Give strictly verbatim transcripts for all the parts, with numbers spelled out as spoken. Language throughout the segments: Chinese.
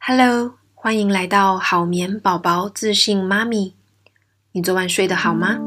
Hello， 欢迎来到好眠宝宝自信妈咪。你昨晚睡得好吗？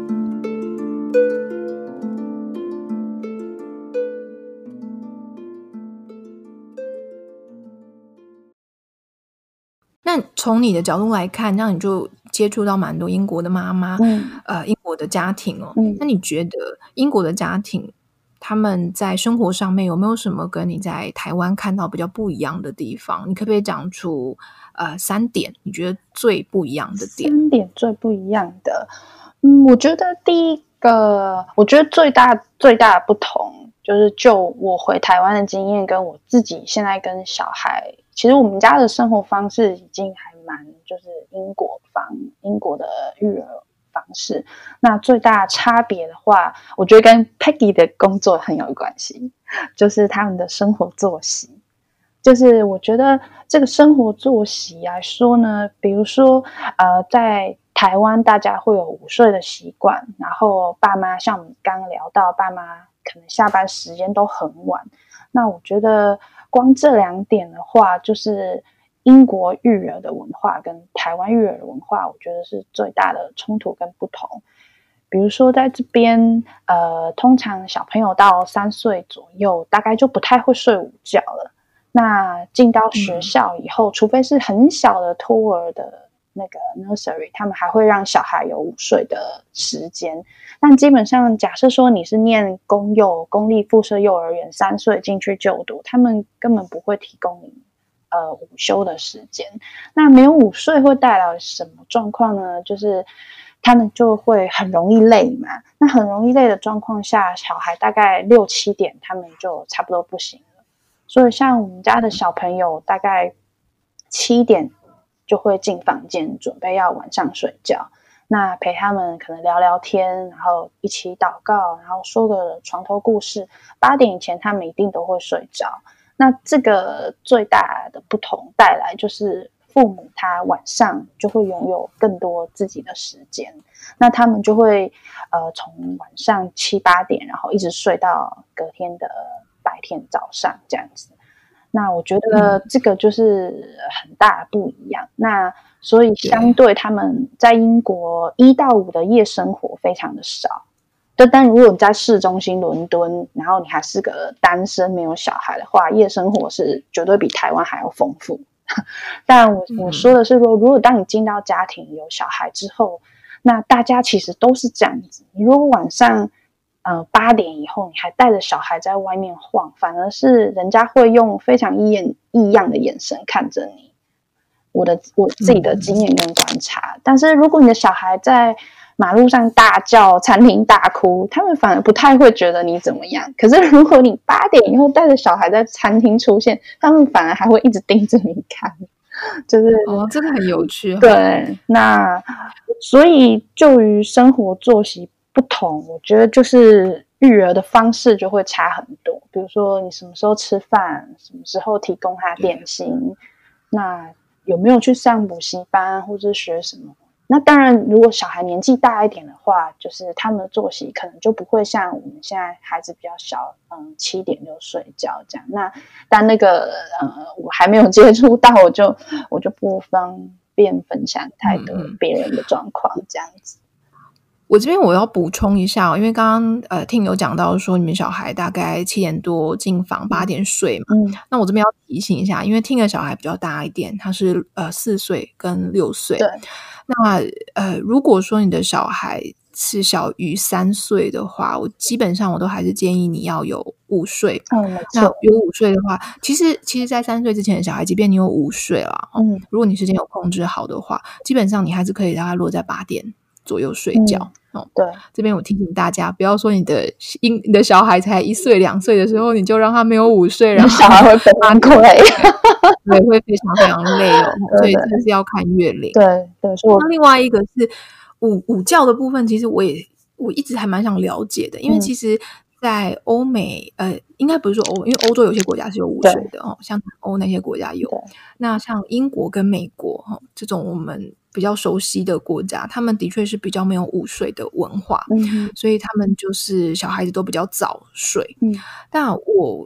那从你的角度来看，那你就接触到蛮多英国的妈妈， 嗯， 呃，英国的家庭哦。 嗯那你觉得英国的家庭，他们在生活上面有没有什么跟你在台湾看到比较不一样的地方？你可不可以讲出呃三点你觉得最不一样的点？ 三点最不一样的，嗯，我觉得第一个，我觉得最大最大的不同就是，就我回台湾的经验，跟我自己现在跟小孩，其实我们家的生活方式已经还蛮就是英国方英国的育儿方式。那最大差别的话，我觉得跟 Peggy 的工作很有关系，就是他们的生活作息。就是我觉得这个生活作息来说呢，比如说呃，在台湾大家会有午睡的习惯，然后爸妈像我们刚刚聊到，爸妈可能下班时间都很晚。那我觉得光这两点的话，就是英国育儿的文化跟台湾育儿的文化，我觉得是最大的冲突跟不同。比如说在这边，呃，通常小朋友到三岁左右，大概就不太会睡午觉了。那进到学校以后，嗯、除非是很小的托儿的那个 nursery， 他们还会让小孩有午睡的时间。但基本上，假设说你是念公幼、公立附设幼儿园，三岁进去就读，他们根本不会提供你呃午休的时间。那没有午睡会带来什么状况呢？就是他们就会很容易累嘛。那很容易累的状况下，小孩大概六七点，他们就差不多不行。所以像我们家的小朋友大概七点就会进房间准备要晚上睡觉，那陪他们可能聊聊天，然后一起祷告，然后说个床头故事，八点以前他们一定都会睡着。那这个最大的不同带来就是父母他晚上就会拥有更多自己的时间，那他们就会呃从晚上七八点然后一直睡到隔天的白天早上这样子。那我觉得这个就是很大的不一样。嗯、那所以相对他们在英国一到五的夜生活非常的少。但如果你在市中心伦敦，然后你还是个单身没有小孩的话，夜生活是绝对比台湾还要丰富。但我我说的是说，如果当你进到家庭有小孩之后，那大家其实都是这样子。你如果晚上呃八点以后你还带着小孩在外面晃，反而是人家会用非常异样异样的眼神看着你。我的我自己的经验跟观察，嗯、但是如果你的小孩在马路上大叫，餐厅大哭，他们反而不太会觉得你怎么样。可是如果你八点以后带着小孩在餐厅出现，他们反而还会一直盯着你看。就是哦，这个很有趣。 对，那所以就于生活作息不同，我觉得就是育儿的方式就会差很多。比如说你什么时候吃饭，什么时候提供他点心，那有没有去上补习班或者学什么。那当然如果小孩年纪大一点的话，就是他们的作息可能就不会像我们现在孩子比较小，嗯，七点就睡觉这样。那但那个呃我还没有接触到，我就我就不方便分享太多别人的状况这样子。 我这边我要补充一下、哦、因为刚刚呃听有讲到说你们小孩大概七点多进房，八点睡嘛。嗯，那我这边要提醒一下，因为听的小孩比较大一点，他是呃四岁跟六岁。 对。 那呃如果说你的小孩是小于三岁的话，我基本上我都还是建议你要有午睡。 嗯，没错。 那有午睡的话，其实其实在三岁之前的小孩，即便你有午睡啦，嗯，如果你时间有控制好的话，基本上你还是可以让他落在八点左右睡觉。嗯哦，对， 这边我提醒大家，不要说你的你的小孩才一岁两岁的时候，你就让他没有午睡，然后小孩会非常累， 对，会非常非常累哦。所以这是要看月龄。 对对，所以那另外一个是午午觉的部分，其实我也我一直还蛮想了解的，因为其实在欧美，呃，应该不是说欧，因为欧洲有些国家是有午睡的哦，像南欧那些国家有。那像英国跟美国哈、哦，这种我们比较熟悉的国家，他们的确是比较没有午睡的文化，嗯、所以他们就是小孩子都比较早睡。嗯，但我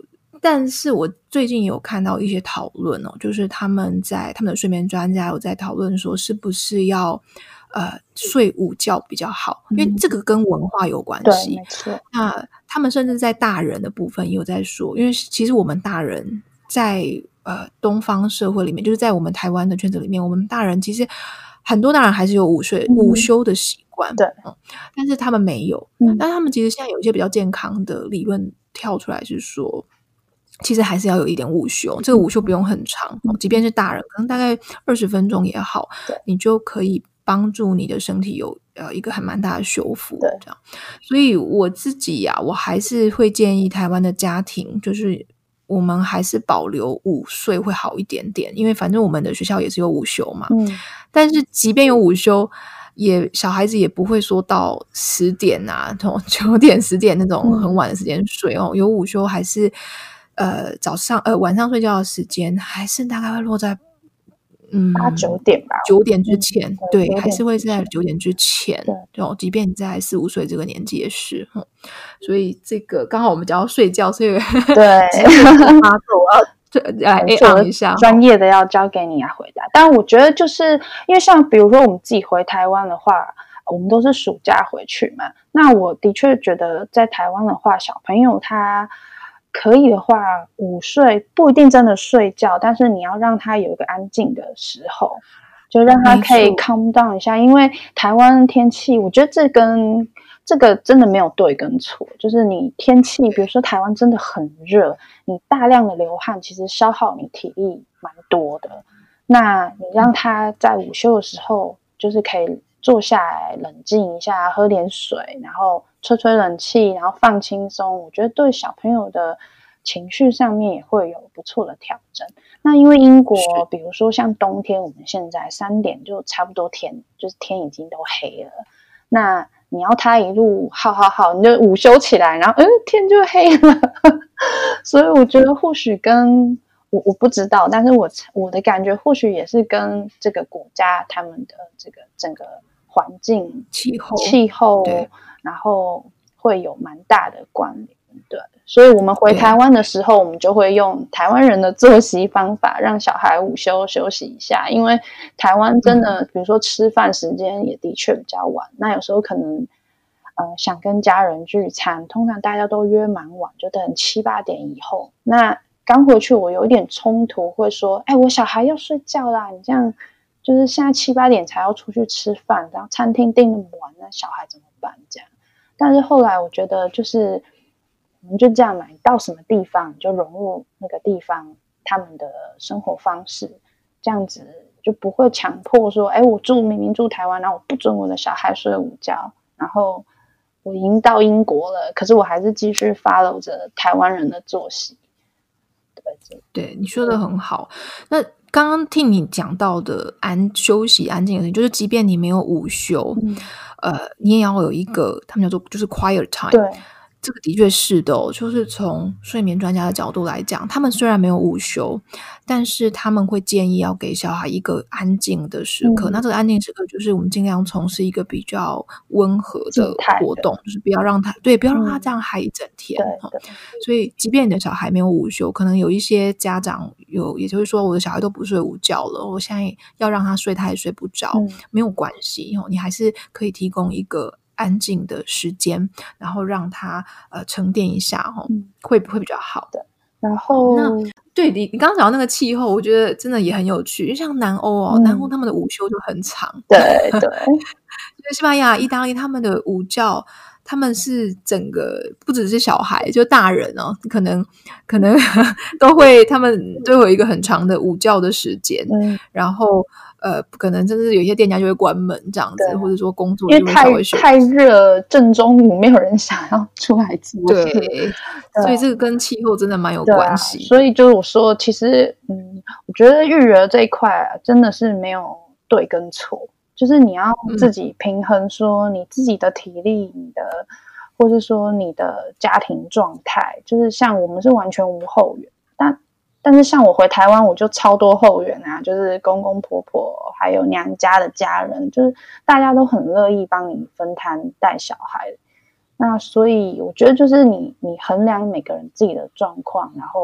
但是我最近有看到一些讨论哦，就是他们在他们的睡眠专家有在讨论说，是不是要呃睡午觉比较好，因为这个跟文化有关系。 对，没错。 那他们甚至在大人的部分也有在说，因为其实我们大人在呃东方社会里面，就是在我们台湾的圈子里面，我们大人其实很多大人还是有午睡、嗯、午休的习惯， 对、 嗯，但是他们没有。嗯，但他们其实现在有一些比较健康的理论跳出来，是说其实还是要有一点午休，这个午休不用很长，嗯，即便是大人，可能大概二十分钟也好，你就可以帮助你的身体有呃一个还蛮大的修复，这样。所以我自己呀、啊，我还是会建议台湾的家庭，就是我们还是保留午睡会好一点点，因为反正我们的学校也是有午休嘛。嗯，但是即便有午休，也小孩子也不会说到十点啊，从九点十点那种很晚的时间睡哦。嗯，有午休还是呃早上呃晚上睡觉的时间，还是大概会落在嗯八九点吧， 九点之前，嗯，对， 对， 还是会在九点之前，对，哦，即便你在四五岁这个年纪也是，嗯，所以这个刚好我们讲到睡觉，所以对， 发作我要来 A on 一下， 专业的要交给你来回答。但我觉得就是因为像比如说我们自己回台湾的话，我们都是暑假回去嘛，那我的确觉得在台湾的话，小朋友他可以的话，午睡不一定真的睡觉，但是你要让他有一个安静的时候，就让他可以 calm down 一下。因为台湾天气，我觉得这跟这个真的没有对跟错，就是你天气，比如说台湾真的很热，你大量的流汗，其实消耗你体力蛮多的。那你让他在午休的时候，就是可以坐下来冷静一下，喝点水，然后吹吹冷气，然后放轻松，我觉得对小朋友的情绪上面也会有不错的调整。那因为英国比如说像冬天，我们现在三点就差不多天就是天已经都黑了，那你要他一路好好好你就午休起来，然后嗯天就黑了所以我觉得或许跟我我不知道，但是我我的感觉或许也是跟这个国家他们的这个整个环境气候气候然后会有蛮大的关联。对，所以我们回台湾的时候，我们就会用台湾人的作息方法让小孩午休休息一下，因为台湾真的、嗯、比如说吃饭时间也的确比较晚，那有时候可能呃想跟家人聚餐，通常大家都约蛮晚，就等七八点以后，那刚回去我有一点冲突，会说哎我小孩要睡觉啦，你这样就是现在七八点才要出去吃饭，然后餐厅订那么晚，那小孩怎么办这样。但是后来我觉得就是我们就这样嘛，你到什么地方你就融入那个地方他们的生活方式，这样子就不会强迫说哎我住明明住台湾，然后我不准我的小孩睡午觉，然后我已经到英国了，可是我还是继续 follow 着台湾人的作息。 对，对，你说的很好。那刚刚听你讲到的安休息安静的事情，就是即便你没有午休、嗯、呃，你也要有一个他们叫做就是 quiet time。 对， 这个的确是的哦，就是从睡眠专家的角度来讲，他们虽然没有午休，但是他们会建议要给小孩一个安静的时刻、嗯、那这个安静时刻就是我们尽量从事一个比较温和的活动，就是不要让他对不要让他这样嗨一整天、嗯哦、所以即便你的小孩没有午休，可能有一些家长有也就是说我的小孩都不睡午觉了，我现在要让他睡他也睡不着、嗯、没有关系、哦、你还是可以提供一个安静的时间，然后让他呃沉淀一下、哦嗯、会会比较好的。 然后那对你你刚刚讲到那个气候，我觉得真的也很有趣，就像南欧哦、嗯，南欧他们的午休就很长， 对对， 就西班牙、意大利他们的午觉，他们是整个不只是小孩，就大人哦，可能可能都会，他们都有一个很长的午觉的时间，嗯、然后。呃，可能真的有些店家就会关门这样子，或者说工作就会稍微休息， 因为太太热，正中午没有人想要出来做。 对，所以这个跟气候真的蛮有关系、 啊。所以就是我说，其实嗯，我觉得育儿这一块、啊、真的是没有对跟错，就是你要自己平衡，说你自己的体力，你的或者说你的家庭状态，就是像我们是完全无后援，但。但是像我回台湾，我就超多后援啊，就是公公婆婆还有娘家的家人，就是大家都很乐意帮你分摊带小孩。那所以我觉得就是你你衡量每个人自己的状况，然后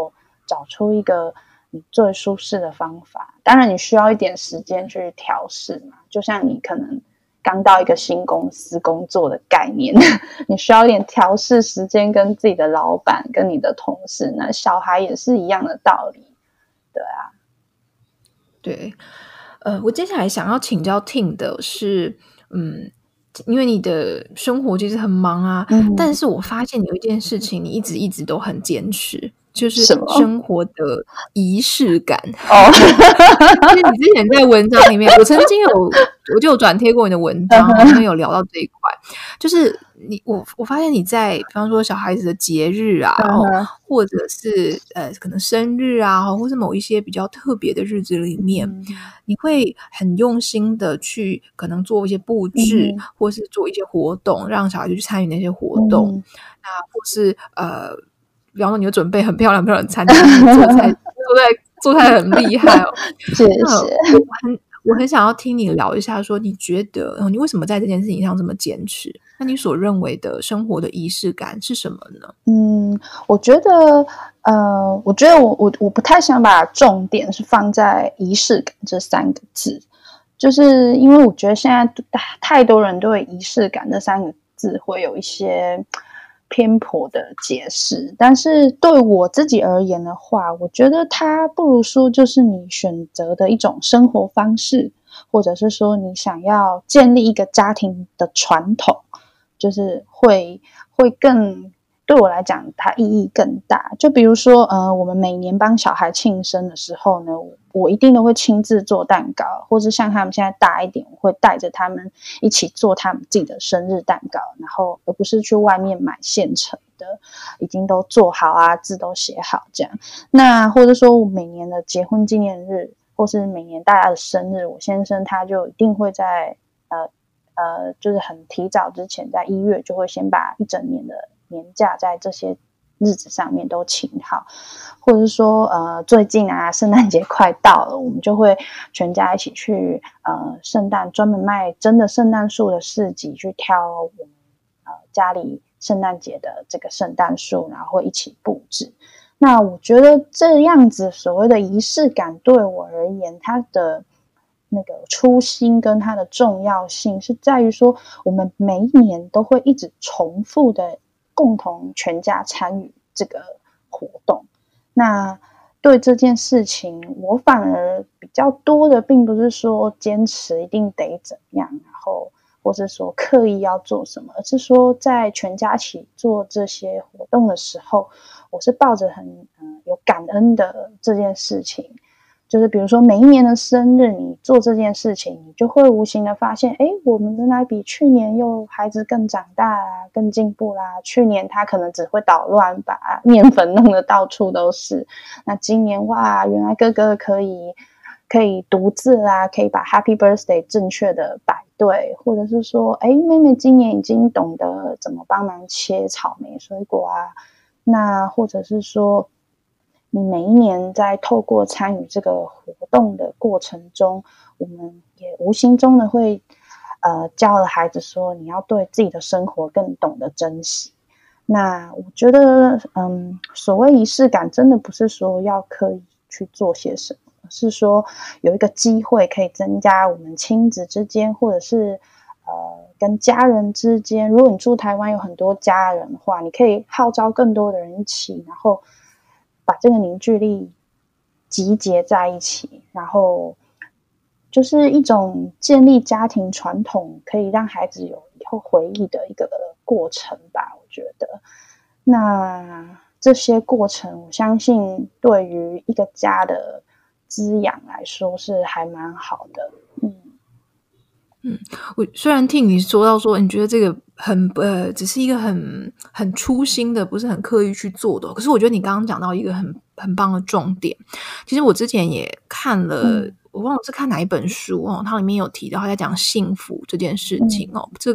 找出一个你最舒适的方法。当然你需要一点时间去调试嘛，就像你可能刚到一个新公司工作的概念，你需要一点调试时间跟自己的老板跟你的同事，那小孩也是一样的道理。对啊， 对，呃，我接下来想要请教 Ting 的是，嗯，因为你的生活其实很忙啊，嗯、但是我发现有一件事情你一直一直都很坚持，就是生活的仪式感。哦，因为你之前在文章里面，我曾经有我就有转贴过你的文章，里面有聊到这一块，就是你我我发现你在比方说小孩子的节日啊，嗯、或者是呃可能生日啊，或是某一些比较特别的日子里面，嗯、你会很用心的去可能做一些布置，嗯、或是做一些活动，让小孩子去参与那些活动，嗯、那或是呃。比方说你会准备很漂亮漂亮的餐厅，做菜做菜做菜很厉害哦。 谢谢。 我很我很想要听你聊一下，说你觉得、哦、你为什么在这件事情上这么坚持？那你所认为的生活的仪式感是什么呢？ 嗯，我觉得呃，我觉得我我我不太想把重点是放在仪式感这三个字，就是因为我觉得现在太多人对仪式感这三个字会有一些偏颇的解释，但是对我自己而言的话，我觉得它不如说就是你选择的一种生活方式，或者是说你想要建立一个家庭的传统，就是会会更对我来讲它意义更大。就比如说呃，我们每年帮小孩庆生的时候呢，我一定都会亲自做蛋糕，或者像他们现在大一点，我会带着他们一起做他们自己的生日蛋糕，然后而不是去外面买现成的，已经都做好啊，字都写好这样。那或者说我每年的结婚纪念日，或是每年大家的生日，我先生他就一定会在呃呃，就是很提早之前，在一月就会先把一整年的年假在这些日子上面都请好，或者是说呃最近啊圣诞节快到了，我们就会全家一起去呃圣诞专门卖真的圣诞树的市集去挑我们呃家里圣诞节的这个圣诞树，然后会一起布置。那我觉得这样子所谓的仪式感对我而言，它的那个初心跟它的重要性是在于说，我们每一年都会一直重复的共同全家参与这个活动。那对这件事情，我反而比较多的并不是说坚持一定得怎样，然后或是说刻意要做什么，而是说在全家一起做这些活动的时候，我是抱着很、呃、有感恩的这件事情。就是比如说每一年的生日，你做这件事情，你就会无形的发现，诶，我们原来比去年又孩子更长大啦，更进步啦。去年他可能只会捣乱，把面粉弄得到处都是。那今年哇，原来哥哥可以可以读字啦，可以把 Happy Birthday 正确的摆对，或者是说，诶，妹妹今年已经懂得怎么帮忙切草莓水果啊。那或者是说，你每一年在透过参与这个活动的过程中，我们也无形中的会呃教了孩子说，你要对自己的生活更懂得珍惜。那我觉得嗯，所谓仪式感真的不是说要刻意去做些什么，而是说有一个机会可以增加我们亲子之间，或者是呃跟家人之间，如果你住台湾有很多家人的话，你可以号召更多的人一起，然后把这个凝聚力集结在一起，然后就是一种建立家庭传统，可以让孩子有以后回忆的一个过程吧，我觉得。那这些过程，我相信对于一个家的滋养来说是还蛮好的。嗯嗯，我虽然听你说到说，你觉得这个很呃，只是一个很很初心的，不是很刻意去做的。可是我觉得你刚刚讲到一个很很棒的重点。其实我之前也看了，嗯、我忘了是看哪一本书哦，它里面有提到他在讲幸福这件事情哦。嗯、这个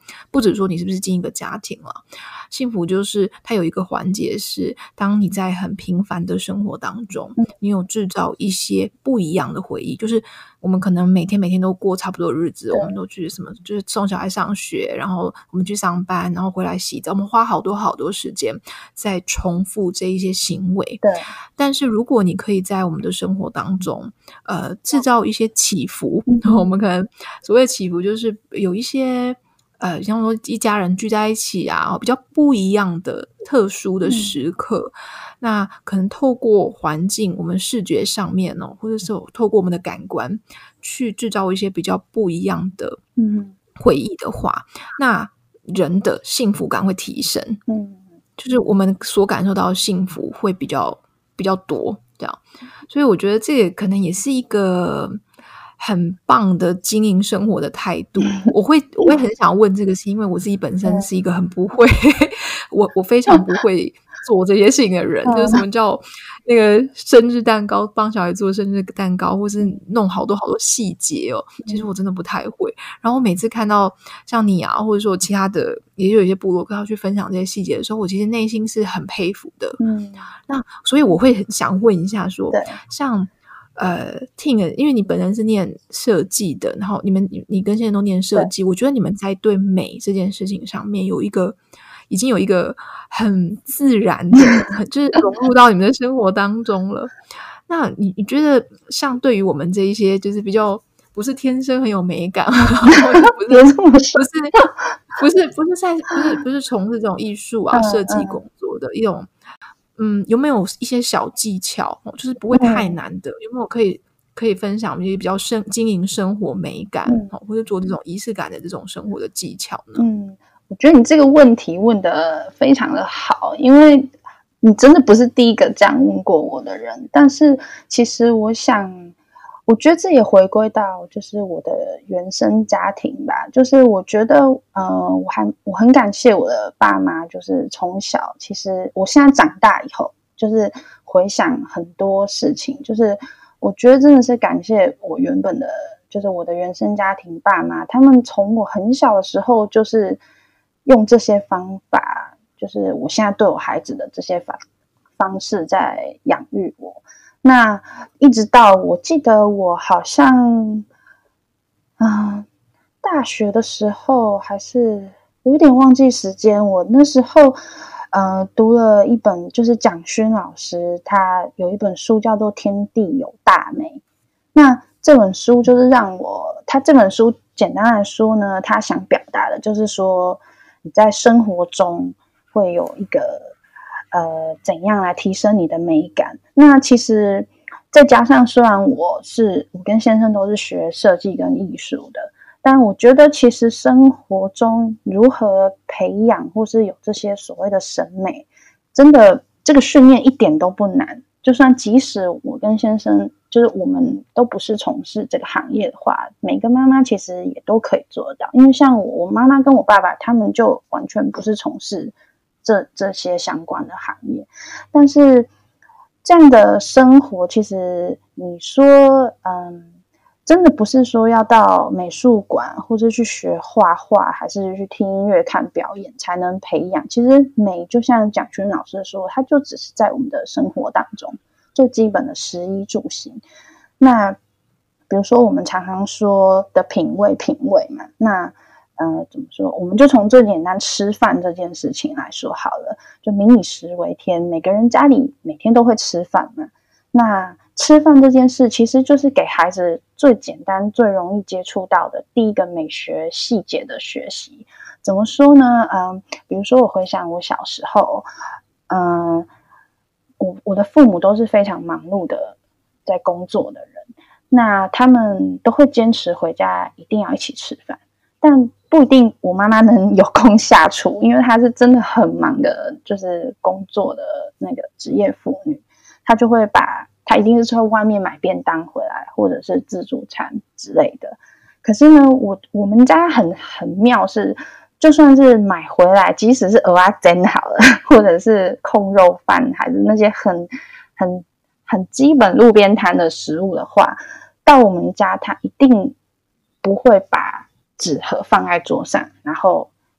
不只说你是不是进一个家庭了，幸福就是它有一个环节是当你在很平凡的生活当中，你有制造一些不一样的回忆，就是我们可能每天每天都过差不多的日子，我们都去什么就是送小孩上学，然后我们去上班，然后回来洗澡，我们花好多好多时间在重复这一些行为。 对， 但是如果你可以在我们的生活当中呃，制造一些起伏，嗯、我们可能所谓的起伏就是有一些呃，像说一家人聚在一起啊，比较不一样的特殊的时刻，嗯、那可能透过环境，我们视觉上面哦，或者是透过我们的感官去制造一些比较不一样的回忆的话，嗯、那人的幸福感会提升，嗯，就是我们所感受到的幸福会比较比较多，这样，所以我觉得这个可能也是一个很棒的经营生活的态度。我会我会很想问这个，是因为我自己本身是一个很不会，我我非常不会做这些事情的人，就是什么叫那个生日蛋糕，帮小孩做生日蛋糕，或是弄好多好多细节哦，其实我真的不太会。然后我每次看到像你啊，或者说其他的，也有一些部落客要去分享这些细节的时候，我其实内心是很佩服的。嗯，那所以我会很想问一下说，像呃 Ting， 因为你本人是念设计的，然后你们你你跟现在都念设计，我觉得你们在对美这件事情上面有一个已经有一个很自然的就是融入到你们的生活当中了。那你你觉得像对于我们这一些就是比较不是天生很有美感，不是不是不是不是在不是不是从事这种艺术啊设计工作的一种嗯，有没有一些小技巧，就是不会太难的？嗯、有没有可以可以分享一些比较生经营生活美感，嗯、或者做这种仪式感的这种生活的技巧呢？ 嗯，我觉得你这个问题问得非常的好，因为你真的不是第一个这样问过我的人。但是其实我想，我觉得这也回归到就是我的原生家庭吧，就是我觉得呃，我还我很感谢我的爸妈，就是从小，其实我现在长大以后，就是回想很多事情，就是我觉得真的是感谢我原本的，就是我的原生家庭爸妈，他们从我很小的时候就是用这些方法，就是我现在对我孩子的这些方方式在养育我。那一直到我记得我好像啊、呃、大学的时候，还是我有点忘记时间，我那时候呃读了一本，就是蒋勋老师他有一本书叫做《天地有大美》。那这本书就是让我，他这本书简单来说呢，他想表达的就是说你在生活中会有一个呃，怎样来提升你的美感？那其实再加上，虽然我是我跟先生都是学设计跟艺术的，但我觉得其实生活中如何培养或是有这些所谓的审美，真的这个训练一点都不难。就算即使我跟先生就是我们都不是从事这个行业的话，每个妈妈其实也都可以做到。因为像我，我妈妈跟我爸爸他们就完全不是从事这这些相关的行业，但是这样的生活，其实你说，嗯，真的不是说要到美术馆或者去学画画，还是去听音乐、看表演才能培养。其实美，就像蒋勋老师说，它就只是在我们的生活当中最基本的食衣住行。那比如说我们常常说的品味，品味嘛，那。呃，怎么说？我们就从最简单吃饭这件事情来说好了。就民以食为天，每个人家里每天都会吃饭嘛。那吃饭这件事，其实就是给孩子最简单、最容易接触到的第一个美学细节的学习。怎么说呢？嗯，比如说我回想我小时候，嗯，我我的父母都是非常忙碌的在工作的人，那他们都会坚持回家一定要一起吃饭，但不一定我妈妈能有空下厨，因为她是真的很忙的，就是工作的那个职业妇女，她就会把她一定是在外面买便当回来，或者是自助餐之类的。可是呢，我我们家很很妙是，就算是买回来，即使是蚵仔煎好了，或者是控肉饭，还是那些很很很基本路边摊的食物的话，到我们家她一定不会把纸盒放在桌上，然后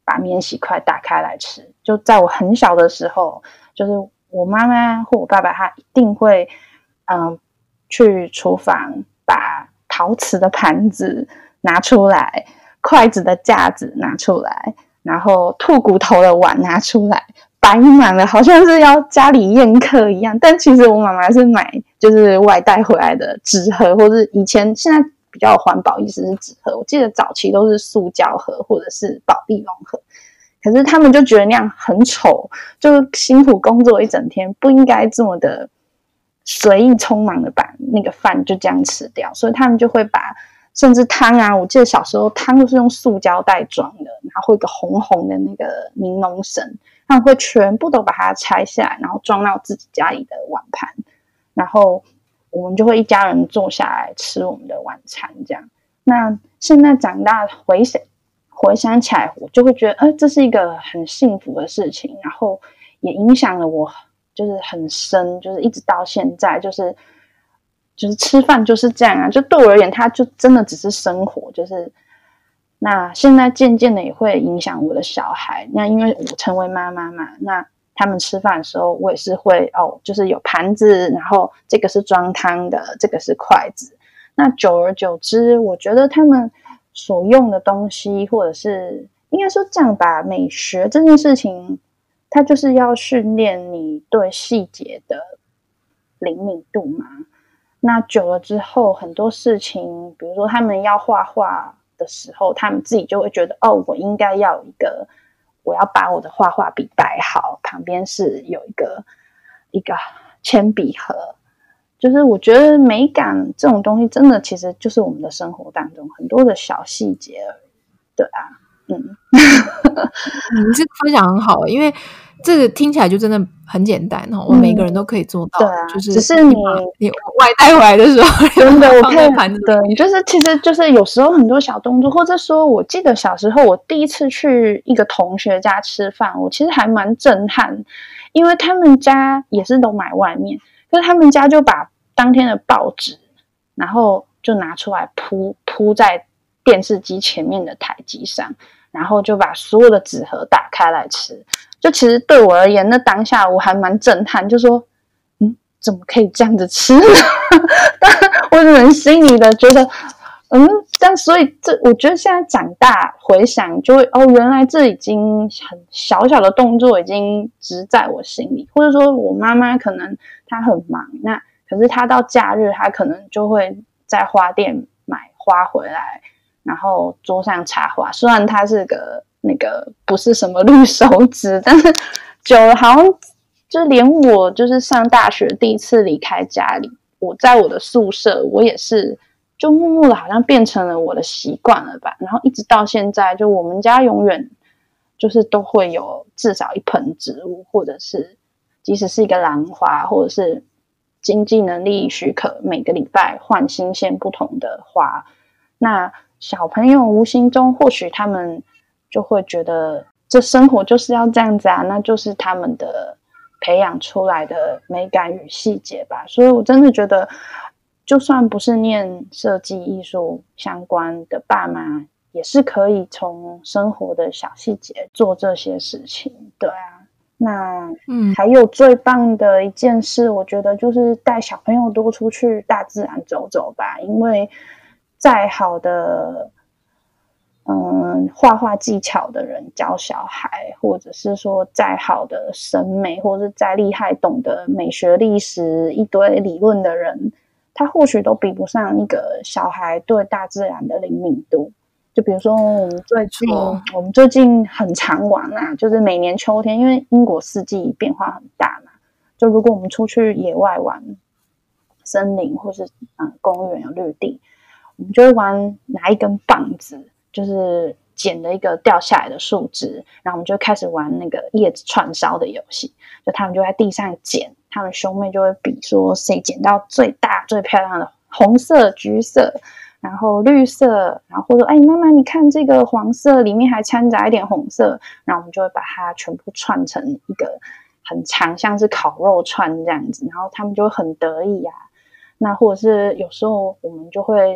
把免洗筷打开来吃。就在我很小的时候，就是我妈妈或我爸爸他一定会嗯去厨房把陶瓷的盘子拿出来，筷子的架子拿出来，然后兔骨头的碗拿出来，摆满了，好像是要家里宴客一样。但其实我妈妈是买就是外带回来的纸盒，或是以前现在比较有环保意识是纸盒，我记得早期都是塑胶盒或者是保丽龙盒。可是他们就觉得那样很丑，就辛苦工作一整天，不应该这么的随意匆忙的把那个饭就这样吃掉，所以他们就会把甚至汤啊，我记得小时候汤都是用塑胶袋装的，然后会有一个红红的那个柠檬绳，他们会全部都把它拆下来，然后装到自己家里的碗盘，然后我们就会一家人坐下来吃我们的晚餐这样。那现在长大回想回想起来，我就会觉得，呃，这是一个很幸福的事情，然后也影响了我，就是很深，就是一直到现在，就是就是吃饭就是这样啊，就对我而言，它就真的只是生活，就是那现在渐渐的也会影响我的小孩。那因为我成为妈妈嘛，那他们吃饭的时候，我也是会哦，就是有盘子，然后这个是装汤的，这个是筷子。那久而久之，我觉得他们所用的东西，或者是应该说这样吧，美学这件事情，它就是要训练你对细节的灵敏度嘛。那久了之后，很多事情，比如说他们要画画的时候，他们自己就会觉得，哦，我应该要有一个，我要把我的画画笔摆好，旁边是有一个一个铅笔盒。就是我觉得美感这种东西，真的其实就是我们的生活当中很多的小细节而已。对啊，嗯， 你这个分享很好，因为这个听起来就真的很简单哦，我们每个人都可以做到。 对啊， 就是只是你你外带回来的时候， 真的我放在盘子里面， 对，就是其实就是有时候很多小动作，或者说我记得小时候我第一次去一个同学家吃饭，我其实还蛮震撼，因为他们家也是都买外面。就是他们家就把当天的报纸，然后就拿出来铺铺在电视机前面的台机上，然后就把所有的纸盒打开来吃。就其实对我而言，那当下我还蛮震撼，就说，嗯，怎么可以这样子吃呢？但我只能心里的觉得，嗯，但所以这我觉得现在长大回想，就会哦，原来这已经很小小的动作已经植在我心里，或者说我妈妈可能她很忙，那可是她到假日她可能就会在花店买花回来，然后桌上插花。虽然她是个那个不是什么绿手指，但是久了好像就连我就是上大学第一次离开家里，我在我的宿舍，我也是。就默默的好像变成了我的习惯了吧，然后一直到现在，就我们家永远就是都会有至少一盆植物，或者是即使是一个兰花，或者是经济能力许可，每个礼拜换新鲜不同的花。那小朋友无形中或许他们就会觉得这生活就是要这样子啊，那就是他们的培养出来的美感与细节吧。所以我真的觉得就算不是念设计艺术相关的爸妈，也是可以从生活的小细节做这些事情。对啊，那嗯，还有最棒的一件事，我觉得就是带小朋友多出去大自然走走吧。因为再好的嗯画画技巧的人教小孩，或者是说再好的审美，或者是再厉害懂得美学历史一堆理论的人，他或许都比不上一个小孩对大自然的灵敏度。就比如说我们最近我们最近很常玩啊，就是每年秋天，因为英国四季变化很大嘛，就如果我们出去野外玩，森林或是、嗯、公园有绿地，我们就会玩拿一根棒子，就是捡了一个掉下来的树枝，然后我们就开始玩那个叶子串烧的游戏，就他们就在地上捡，他们兄妹就会比说谁捡到最大最漂亮的红色、橘色，然后绿色，然后或者哎妈妈你看这个黄色里面还掺杂一点红色，然后我们就会把它全部串成一个很长像是烤肉串这样子，然后他们就会很得意啊。那或者是有时候我们就会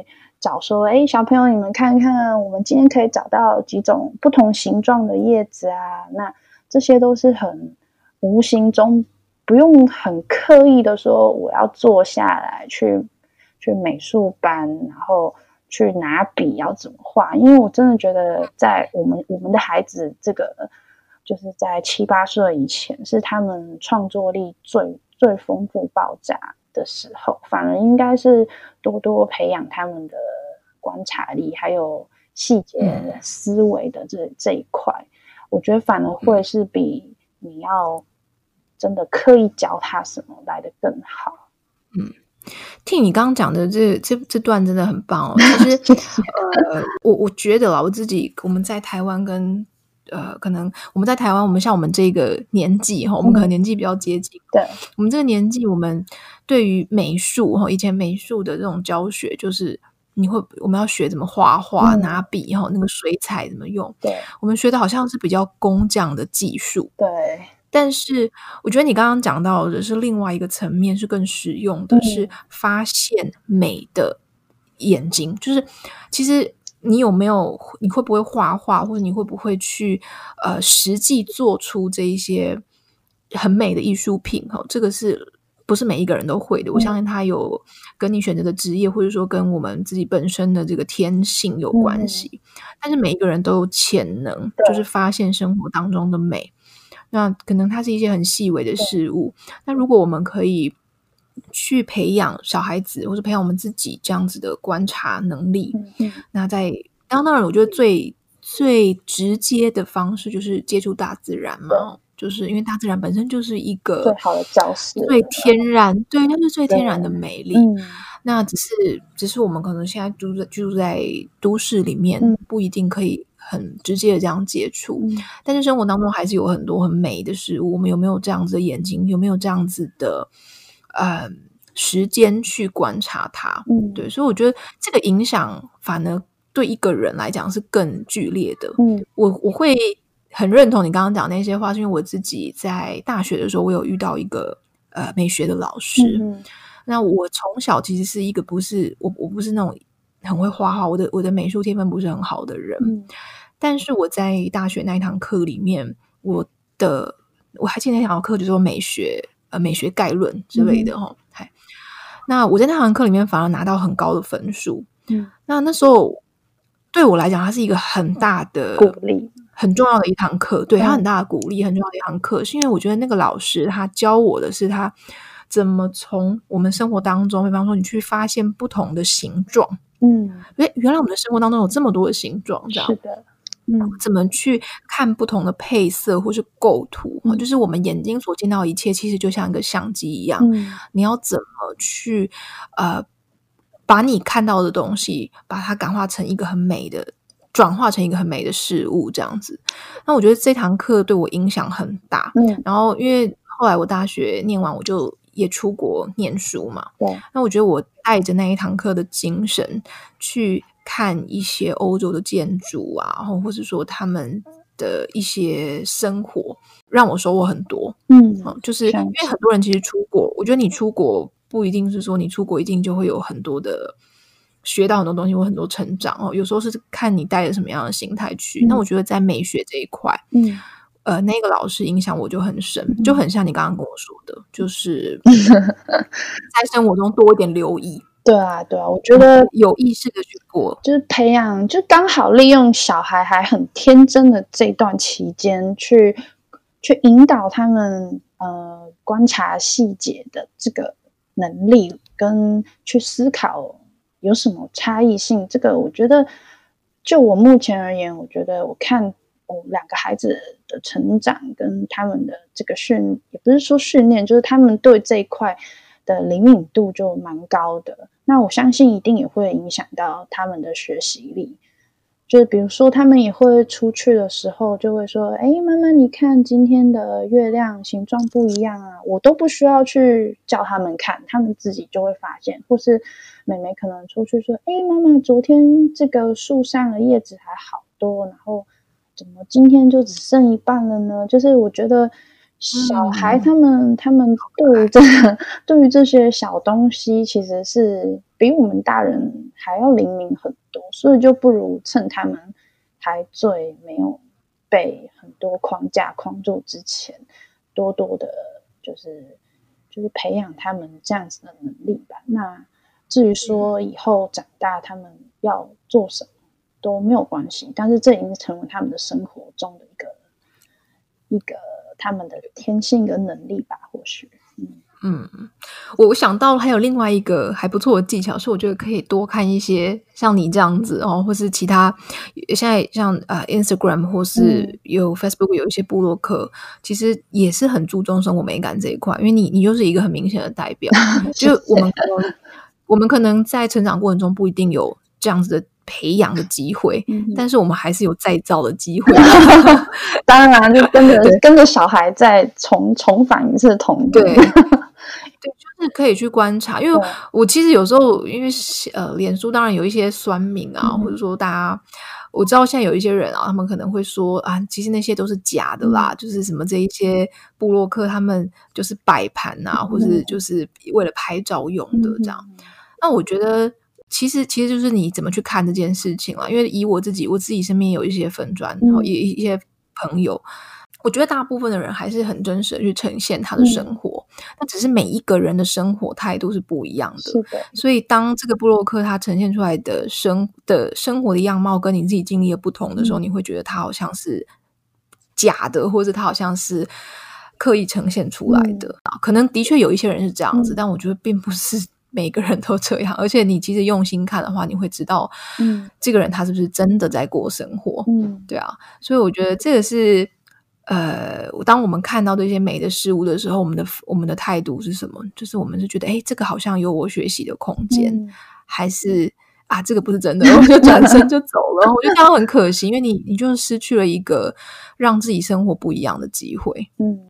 找说，哎，小朋友你们看看，我们今天可以找到几种不同形状的叶子啊，那这些都是很无形中不用很刻意的说我要坐下来去去美术班，然后去拿笔要怎么画，因为我真的觉得在我们我们的孩子这个就是在七八岁以前是他们创作力最最丰富爆炸的时候，反而应该是多多培养他们的观察力还有细节思维的这这一块，我觉得反而会是比你要真的刻意教他什么来得更好。 嗯，听你刚刚讲的这这这段真的很棒哦。其实呃，我我觉得啦，我自己我们在台湾跟呃，可能我们在台湾，我们像我们这个年纪哈，我们可能年纪比较接近。 嗯、对， 我们这个年纪，我们对于美术哈，以前美术的这种教学，就是你会我们要学怎么画画、嗯、拿笔哈，那个水彩怎么用。 对， 我们学的好像是比较工匠的技术。 对。 但是我觉得你刚刚讲到的是另外一个层面，是更实用的，嗯、是发现美的眼睛。就是其实你有没有，你会不会画画，或者你会不会去呃实际做出这一些很美的艺术品？哈，这个是不是每一个人都会的？我相信它有跟你选择的职业，或者说跟我们自己本身的这个天性有关系。嗯、但是每一个人都有潜能，就是发现生活当中的美。那可能它是一些很细微的事物，那如果我们可以去培养小孩子或者培养我们自己这样子的观察能力，嗯、那在当然我觉得最最直接的方式就是接触大自然嘛，就是因为大自然本身就是一个最好的教室， 最天然，对，它是最天然的美丽。嗯、那只是只是我们可能现在居住居住在都市里面，嗯、不一定可以很直接的这样接触，嗯、但是生活当中还是有很多很美的事物，我们有没有这样子的眼睛，有没有这样子的呃时间去观察它？嗯、对，所以我觉得这个影响反而对一个人来讲是更剧烈的。嗯，我我会很认同你刚刚讲那些话，是因为我自己在大学的时候，我有遇到一个呃美学的老师。嗯、那我从小其实是一个不是我我不是那种很会画画，我的我的美术天分不是很好的人。嗯、但是我在大学那一堂课里面，我的我还记得那堂课就是说美学呃美学概论之类的哈。嗯、那我在那堂课里面反而拿到很高的分数。嗯、那那时候对我来讲，它是一个很大的鼓励， 很重要的一堂课。对，它很大的鼓励，很重要的一堂课，是因为我觉得那个老师他教我的是他怎么从我们生活当中，比方说你去发现不同的形状。嗯，因为原来我们的生活当中有这么多的形状，这样是的，嗯， 怎么去看不同的配色或是构图？嗯、就是我们眼睛所见到的一切，其实就像一个相机一样。嗯、你要怎么去呃，把你看到的东西，把它感化成一个很美的，转化成一个很美的事物，这样子。那我觉得这堂课对我影响很大。嗯，然后因为后来我大学念完，我就也出国念书嘛， 对。 那我觉得我带着那一堂课的精神去看一些欧洲的建筑啊，或者说他们的一些生活，让我收获很多。嗯，嗯就是因为很多人其实出国，我觉得你出国不一定是说你出国一定就会有很多的学到很多东西或很多成长哦，有时候是看你带着什么样的心态去。嗯、那我觉得在美学这一块，嗯。呃，那个老师影响我就很深，就很像你刚刚跟我说的，就是在生活中多一点留意。 对啊，对啊，我觉得有意识的去过， 就是培养，就刚好利用小孩还很天真的这段期间，去去引导他们呃观察细节的这个能力，跟去思考有什么差异性。这个我觉得，就我目前而言，我觉得我看。我两个孩子的成长跟他们的这个训，也不是说训练，就是他们对这一块的灵敏度就蛮高的。那我相信一定也会影响到他们的学习力。就是比如说他们也会出去的时候就会说，哎，妈妈你看今天的月亮形状不一样啊，我都不需要去叫他们看，他们自己就会发现。或是妹妹可能出去说，哎，妈妈昨天这个树上的叶子还好多，然后怎么今天就只剩一半了呢？就是我觉得小孩他们、嗯、他们对于这个对于这些小东西其实是比我们大人还要灵敏很多，所以就不如趁他们还最没有被很多框架框住之前，多多的就是就是培养他们这样子的能力吧。那至于说以后长大他们要做什么都没有关系，但是这已经成为他们的生活中的一个一个他们的天性跟能力吧，或许。嗯嗯，我想到还有另外一个还不错的技巧，是我觉得可以多看一些像你这样子哦，或是其他现在像呃 Instagram 或是有 Facebook 有一些部落客，嗯、其实也是很注重生活美感这一块，因为你你就是一个很明显的代表，就我们可能我们可能在成长过程中不一定有这样子的培养的机会，嗯、但是我们还是有再造的机会。 当然，就跟着跟着小孩再重重返一次童对。对，就是可以去观察，因为我其实有时候因为呃，脸书当然有一些酸民啊，嗯、或者说大家，我知道现在有一些人啊，他们可能会说啊，其实那些都是假的啦，嗯、就是什么这一些部落客他们就是摆盘啊，嗯、或是就是为了拍照用的这样。嗯、那我觉得其实其实就是你怎么去看这件事情啦，因为以我自己我自己身边有一些粉专，然后也一些朋友。我觉得大部分的人还是很真实的去呈现他的生活，那、嗯、只是每一个人的生活态度是不一样的。 是的， 所以当这个部落客他呈现出来的生的生活的样貌跟你自己经历的不同的时候，嗯、你会觉得他好像是假的，或者他好像是刻意呈现出来的。嗯、可能的确有一些人是这样子，嗯、但我觉得并不是每个人都这样。而且你其实用心看的话，你会知道，嗯，这个人他是不是真的在过生活。嗯，对啊，所以我觉得这个是。呃，当我们看到这些美的事物的时候，我们的我们的态度是什么？就是我们是觉得，哎，这个好像有我学习的空间，嗯、还是啊，这个不是真的，我就转身就走了。我觉得这样很可惜，因为你你就失去了一个让自己生活不一样的机会。嗯。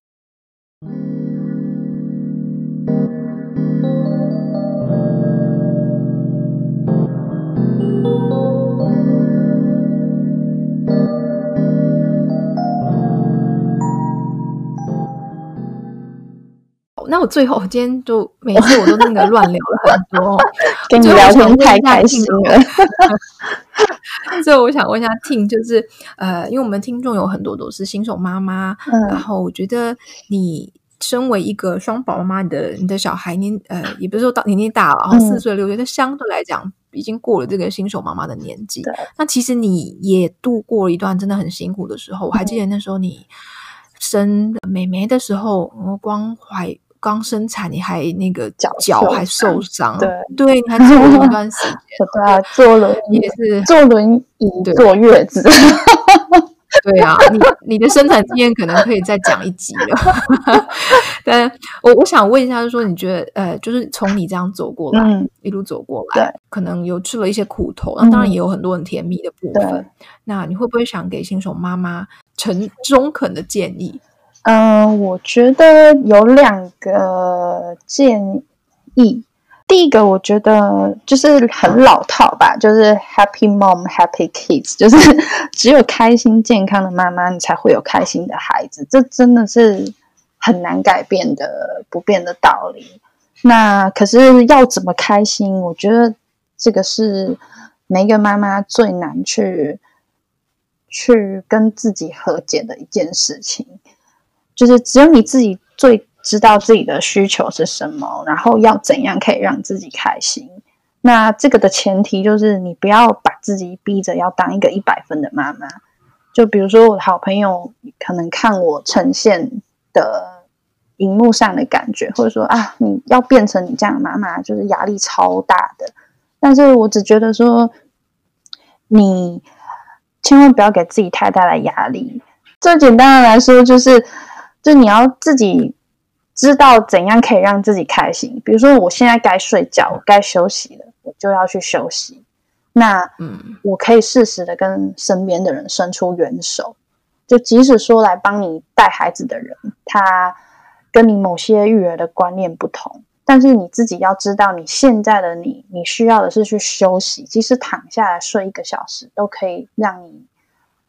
那我最后今天就每次我都那个乱聊了很多， 跟你聊天太开心了。 所以我想问一下 Ting， 就是呃，因为我们听众有很多都是新手妈妈，嗯、然后我觉得你身为一个双宝妈妈，你的你的小孩年呃，也不是说到年纪大了，然后四岁六岁，但相对来讲已经过了这个新手妈妈的年纪。那其实你也度过了一段真的很辛苦的时候，我还记得那时候你生妹妹的时候，光怀。刚生产你还那个脚还受伤， 对对，你还坐了一段时间， 对啊，坐轮椅也是坐轮椅坐月子， 对啊，你你的生产经验可能可以再讲一集了。但我我想问一下，就是说你觉得呃，就是从你这样走过来，嗯、一路走过来， 对， 可能有吃了一些苦头，那当然也有很多很甜蜜的部分。嗯、那你会不会想给新手妈妈诚中肯的建议？ 嗯，我觉得有两个建议。第一个，我觉得就是很老套吧，就是 Happy Mom, Happy Kids， 就是只有开心健康的妈妈，你才会有开心的孩子。这真的是很难改变的不变的道理。那可是要怎么开心？我觉得这个是每一个妈妈最难去去跟自己和解的一件事情。就是只有你自己最知道自己的需求是什么，然后要怎样可以让自己开心。那这个的前提就是你不要把自己逼着要当一个一百分的妈妈。就比如说我的好朋友可能看我呈现的荧幕上的感觉，或者说啊，你要变成你这样的妈妈，就是压力超大的。但是我只觉得说，你千万不要给自己太大的压力。最简单的来说，就是就你要自己知道怎样可以让自己开心。比如说我现在该睡觉，我该休息了，我就要去休息。那嗯，我可以适时的跟身边的人伸出援手，就即使说来帮你带孩子的人，他跟你某些育儿的观念不同，但是你自己要知道你现在的你，你需要的是去休息，即使躺下来睡一个小时，都可以让你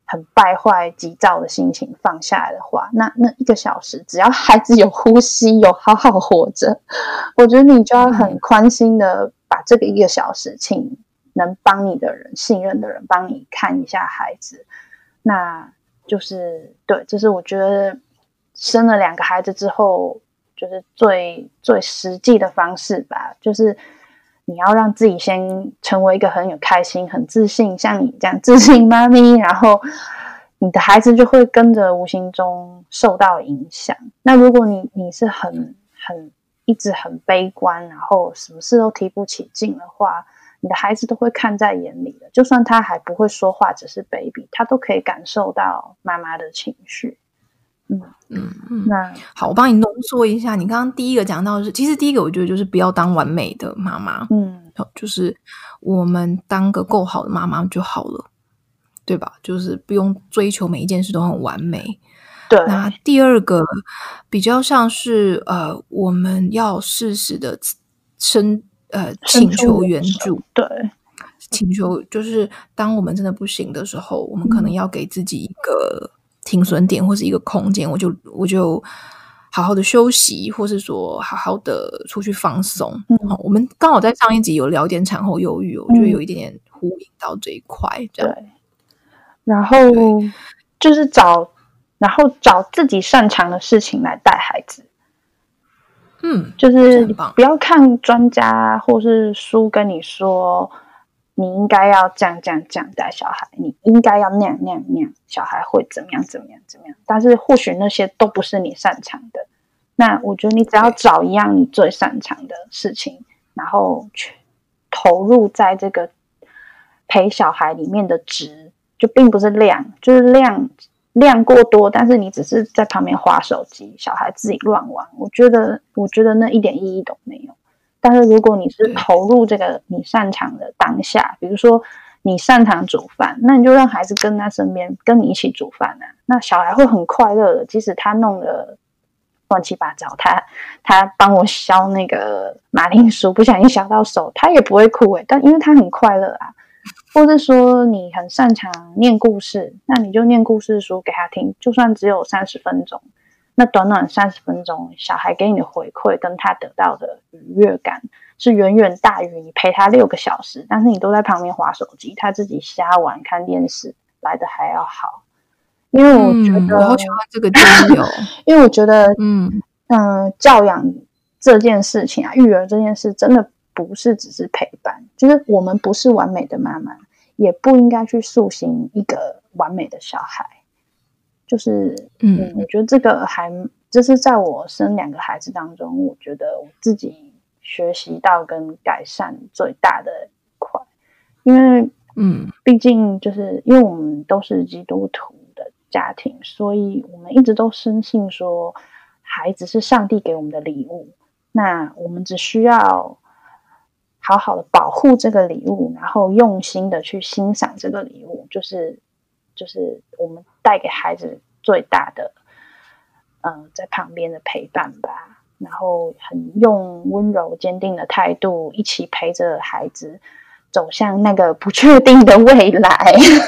很败坏急躁的心情放下来的话，那那一个小时只要孩子有呼吸有好好活着，我觉得你就要很宽心的把这个一个小时请能帮你的人信任的人帮你看一下孩子。那就是对，这是我觉得生了两个孩子之后就是最最实际的方式吧，就是你要让自己先成为一个很有开心很自信像你这样自信妈咪，然后你的孩子就会跟着无形中受到影响。那如果你你是很很一直很悲观，然后什么事都提不起劲的话，你的孩子都会看在眼里的，就算他还不会说话只是 baby， 他都可以感受到妈妈的情绪。嗯嗯嗯， 那好，我帮你浓缩一下。你刚刚第一个讲到的是，其实第一个我觉得就是不要当完美的妈妈， 嗯， 就是我们当个够好的妈妈就好了，对吧？就是不用追求每一件事都很完美。 对。 那第二个比较像是呃，我们要适时的伸呃请求援助， 对， 请求就是当我们真的不行的时候，我们可能要给自己一个停损点或是一个空间，我就我就好好的休息，或是说好好的出去放松。嗯哦、我们刚好在上一集有聊点产后忧郁，我觉得有一点点呼应到这一块。这样对，然后就是找，然后找自己擅长的事情来带孩子。 嗯， 就是不要看专家或是书跟你说你应该要这样这样这样带小孩，你应该要那样那样那样，小孩会怎么样怎么样怎么样，但是或许那些都不是你擅长的。那我觉得你只要找一样你最擅长的事情，然后去投入在这个陪小孩里面的值，就并不是量，就是量量过多，但是你只是在旁边滑手机，小孩自己乱玩，我觉得我觉得那一点意义都没有。但是如果你是投入这个你擅长的当下，比如说你擅长煮饭，那你就让孩子跟他身边跟你一起煮饭啊，那小孩会很快乐的，即使他弄得乱七八糟，他他帮我削那个马铃薯不小心削到手，他也不会哭诶，但因为他很快乐啊。或是说你很擅长念故事，那你就念故事书给他听，就算只有三十分钟，那短短三十分钟，小孩给你的回馈跟他得到的愉悦感是远远大于你陪他六个小时，但是你都在旁边滑手机，他自己瞎玩看电视来的还要好。因为我觉得、 嗯、我好喜欢这个建议哦因为我觉得嗯嗯、呃，教养这件事情啊，育儿这件事真的不是只是陪伴，就是我们不是完美的妈妈，也不应该去塑形一个完美的小孩。就是嗯, 嗯，我觉得这个还这是在我生两个孩子当中，我觉得我自己学习到跟改善最大的一块。因为嗯，毕竟就是因为我们都是基督徒的家庭，所以我们一直都深信说孩子是上帝给我们的礼物，那我们只需要好好的保护这个礼物，然后用心的去欣赏这个礼物，就是就是我们带给孩子最大的呃，在旁边的陪伴吧，然后很用温柔坚定的态度一起陪着孩子走向那个不确定的未来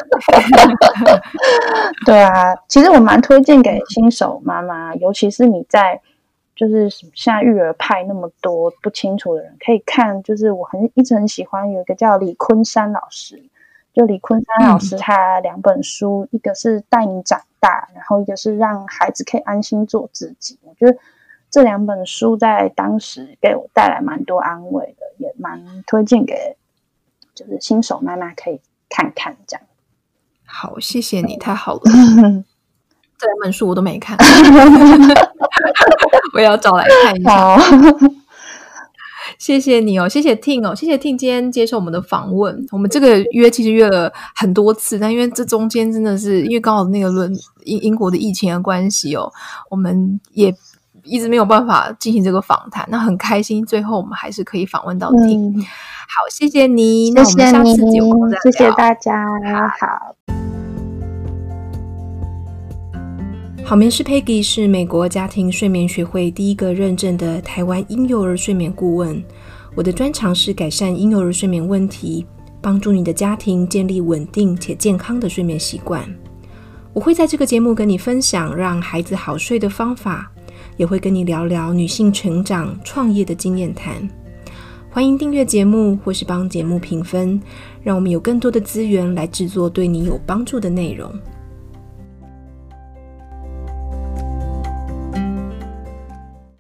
对啊，其实我蛮推荐给新手妈妈，尤其是你在就是现在育儿派那么多不清楚的人，可以看，就是我很一直很喜欢有一个叫李昆山老师，就李昆山老师他两本书、嗯、一个是带你长大，然后一个是让孩子可以安心做自己。我觉得这两本书在当时给我带来蛮多安慰的，也蛮推荐给就是新手妈妈可以看看这样。 好，谢谢你，太好了这两本书我都没看我也要找来看一下谢谢你哦，谢谢 Ting 哦，谢谢 Ting 今天接受我们的访问。我们这个约其实约了很多次，但因为这中间真的是因为刚好那个伦英英国的疫情的关系哦，我们也一直没有办法进行这个访谈。那很开心，最后我们还是可以访问到 Ting、嗯。好，谢谢你， 谢谢你， 那我们下次有空再聊。 谢谢大家，好。 好眠师 Peggy 是美国家庭睡眠学会第一个认证的台湾婴幼儿睡眠顾问。我的专长是改善婴幼儿睡眠问题，帮助你的家庭建立稳定且健康的睡眠习惯。 我会在这个节目跟你分享让孩子好睡的方法，也会跟你聊聊女性成长、创业的经验谈。欢迎订阅节目或是帮节目评分，让我们有更多的资源来制作对你有帮助的内容。